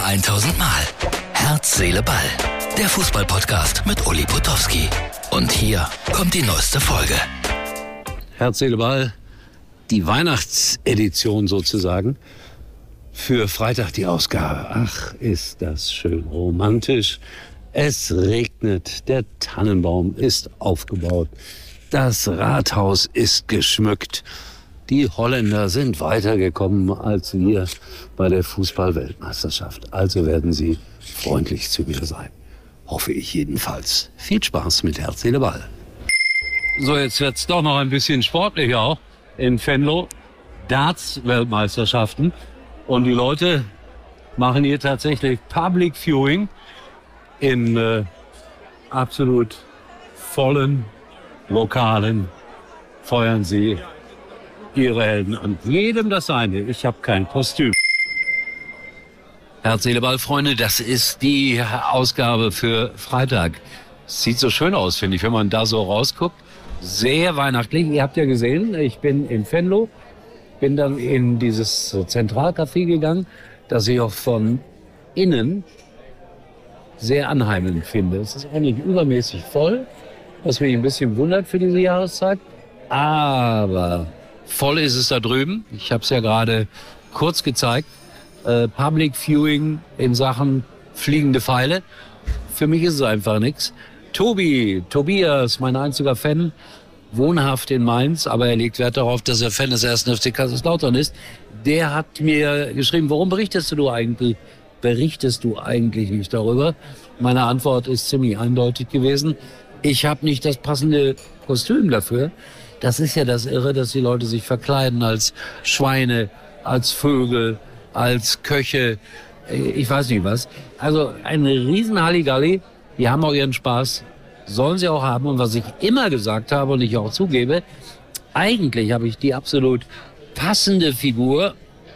1000 Mal. Herz, Seele, Ball. Der Fußball-Podcast mit Uli Potowski. Und hier kommt die neueste Folge. Herz, Seele, Ball. Die Weihnachtsedition sozusagen. Für Freitag die Ausgabe. Ach, ist das schön romantisch. Es regnet, der Tannenbaum ist aufgebaut. Das Rathaus ist geschmückt. Die Holländer sind weitergekommen als wir bei der Fußball-Weltmeisterschaft. Also werden sie freundlich zu mir sein. Hoffe ich jedenfalls. Viel Spaß mit Herz, Seele, Ball. So, jetzt wird's doch noch ein bisschen sportlicher auch in Venlo. Darts-Weltmeisterschaften. Und die Leute machen hier tatsächlich Public Viewing in absolut vollen Lokalen. Feuern sie ihre Helden an. Jedem das seine. Ich habe kein Kostüm. Herz, Seele, Ball, Freunde, das ist die Ausgabe für Freitag. Sieht so schön aus, finde ich, wenn man da so rausguckt. Sehr weihnachtlich. Ihr habt ja gesehen, ich bin in Venlo, bin dann in dieses Zentralcafé gegangen, das ich auch von innen sehr anheimend finde. Es ist eigentlich übermäßig voll, was mich ein bisschen wundert für diese Jahreszeit. Aber voll ist es da drüben. Ich habe es ja gerade kurz gezeigt. Public Viewing in Sachen fliegende Pfeile. Für mich ist es einfach nichts. Tobias, mein einziger Fan, wohnhaft in Mainz, aber er legt Wert darauf, dass er Fan des 1. FC Kaiserslautern ist. Der hat mir geschrieben, warum berichtest du eigentlich nicht darüber? Meine Antwort ist ziemlich eindeutig gewesen. Ich habe nicht das passende Kostüm dafür. Das ist ja das Irre, dass die Leute sich verkleiden als Schweine, als Vögel, als Köche, ich weiß nicht was. Also ein riesen Halligalli, die haben auch ihren Spaß, sollen sie auch haben. Und was ich immer gesagt habe und ich auch zugebe, eigentlich habe ich die absolut passende Figur,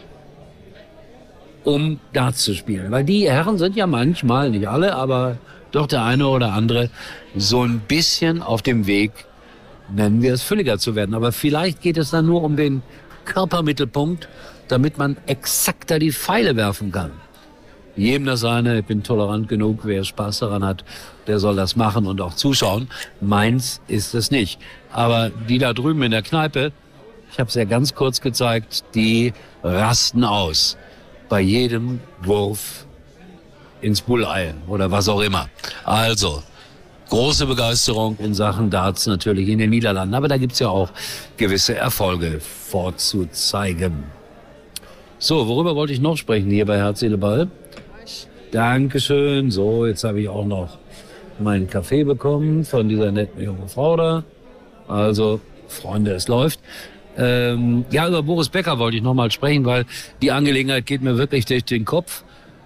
um Darts zu spielen. Weil die Herren sind ja manchmal, nicht alle, aber doch der eine oder andere, so ein bisschen auf dem Weg, nennen wir es, fülliger zu werden. Aber vielleicht geht es dann nur um den Körpermittelpunkt, damit man exakter die Pfeile werfen kann. Jedem das seine, ich bin tolerant genug, wer Spaß daran hat, der soll das machen und auch zuschauen. Meins ist es nicht. Aber die da drüben in der Kneipe, ich habe es ja ganz kurz gezeigt, die rasten aus. Bei jedem Wurf ins Bullei oder was auch immer. Also, große Begeisterung in Sachen Darts natürlich in den Niederlanden. Aber da gibt's ja auch gewisse Erfolge vorzuzeigen. So, worüber wollte ich noch sprechen hier bei Herz, Seele, Ball? Dankeschön. So, jetzt habe ich auch noch meinen Kaffee bekommen von dieser netten jungen Frau da. Also, Freunde, es läuft. Ja, über Boris Becker wollte ich noch mal sprechen, weil die Angelegenheit geht mir wirklich durch den Kopf.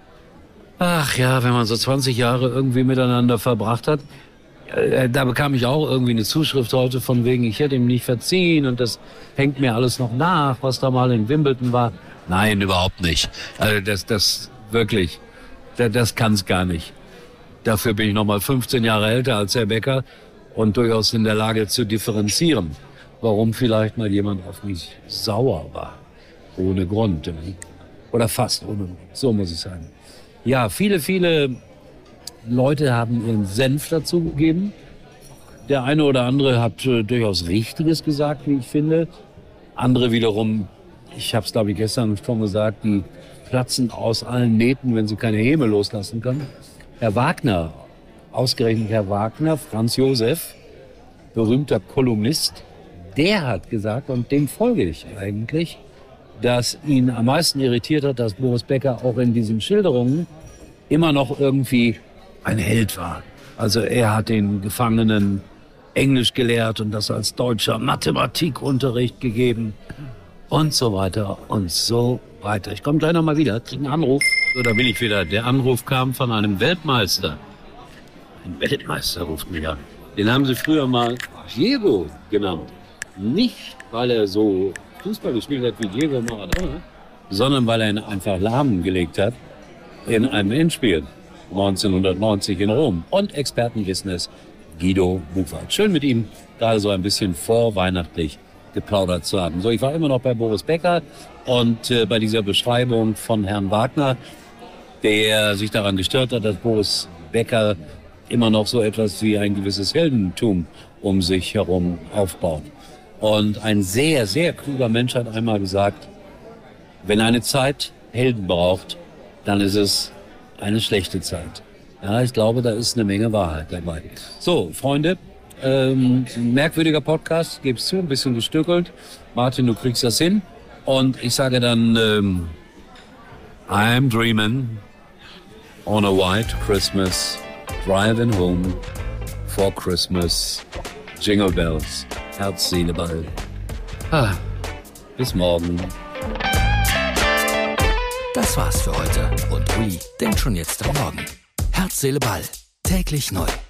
Ach ja, wenn man so 20 Jahre irgendwie miteinander verbracht hat, da bekam ich auch irgendwie eine Zuschrift heute von wegen, ich hätte ihm nicht verziehen und das hängt mir alles noch nach, was da mal in Wimbledon war. Nein, überhaupt nicht. Also das wirklich, das kann's gar nicht. Dafür bin ich noch mal 15 Jahre älter als Herr Becker und durchaus in der Lage zu differenzieren, warum vielleicht mal jemand auf mich sauer war. Ohne Grund. Oder fast ohne Grund. So muss ich sagen. Ja, viele Leute haben ihren Senf dazu gegeben. Der eine oder andere hat durchaus Richtiges gesagt, wie ich finde. Andere wiederum, ich habe es glaube ich gestern schon gesagt, die platzen aus allen Nähten, wenn sie keine Häme loslassen können. Herr Wagner, ausgerechnet Herr Wagner, Franz Josef, berühmter Kolumnist, der hat gesagt, und dem folge ich eigentlich, dass ihn am meisten irritiert hat, dass Boris Becker auch in diesen Schilderungen immer noch irgendwie ein Held war. Also er hat den Gefangenen Englisch gelehrt und das als deutscher Mathematikunterricht gegeben und so weiter und so weiter. Ich komme gleich noch mal wieder, kriege einen Anruf. Oder bin ich wieder? Der Anruf kam von einem Weltmeister. Ein Weltmeister ruft mich an. Den haben sie früher mal Diego genannt. Nicht, weil er so Fußball gespielt hat wie Diego Maradona, sondern weil er ihn einfach lahmgelegt hat in einem Endspiel 1990 in Rom. Und Experten wissen es, Guido Buchwald. Schön mit ihm gerade so ein bisschen vorweihnachtlich geplaudert zu haben. So, ich war immer noch bei Boris Becker und bei dieser Beschreibung von Herrn Wagner. der sich daran gestört hat, dass Boris Becker immer noch so etwas wie ein gewisses Heldentum um sich herum aufbaut. Und ein sehr, sehr kluger Mensch hat einmal gesagt, wenn eine Zeit Helden braucht, dann ist es eine schlechte Zeit. Ja, ich glaube, da ist eine Menge Wahrheit dabei. So, Freunde, merkwürdiger Podcast, geb's zu, ein bisschen gestückelt. Martin, du kriegst das hin. Und ich sage dann, I'm dreaming on a white Christmas, driving home for Christmas, Jingle Bells, Herz, Seele, Ball. Bis morgen. Das war's für heute und Uli denkt schon jetzt am Morgen. Herz, Seele, Ball. Täglich neu.